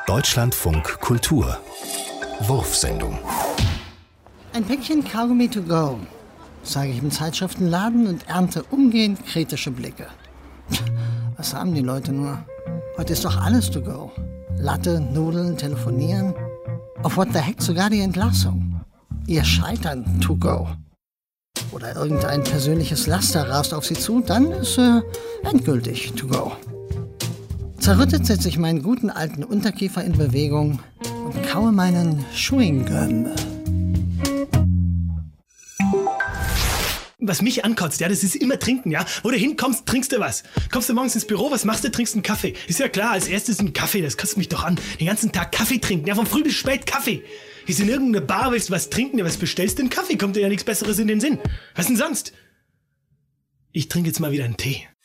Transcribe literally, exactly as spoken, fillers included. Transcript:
Deutschlandfunk Kultur Wurfsendung. Ein Päckchen Kaugummi to go, sage ich im Zeitschriftenladen und ernte umgehend kritische Blicke. Was haben die Leute nur? Heute ist doch alles to go. Latte, Nudeln, Telefonieren. Auf what the heck sogar die Entlassung. Ihr Scheitern to go. Oder irgendein persönliches Laster rast auf sie zu, dann ist äh, endgültig to go. Zerrüttet setze ich meinen guten alten Unterkiefer in Bewegung und kaue meinen Chewing Gum. Was mich ankotzt, ja, das ist immer trinken, ja. Wo du hinkommst, trinkst du was. Kommst du morgens ins Büro, was machst du? Trinkst einen Kaffee. Ist ja klar, als erstes ein Kaffee, das kotzt mich doch an. Den ganzen Tag Kaffee trinken, ja, von früh bis spät Kaffee. Gehst in irgendeine Bar, willst was trinken, ja, was bestellst du? Einen Kaffee, kommt dir ja nichts Besseres in den Sinn. Was denn sonst? Ich trinke jetzt mal wieder einen Tee.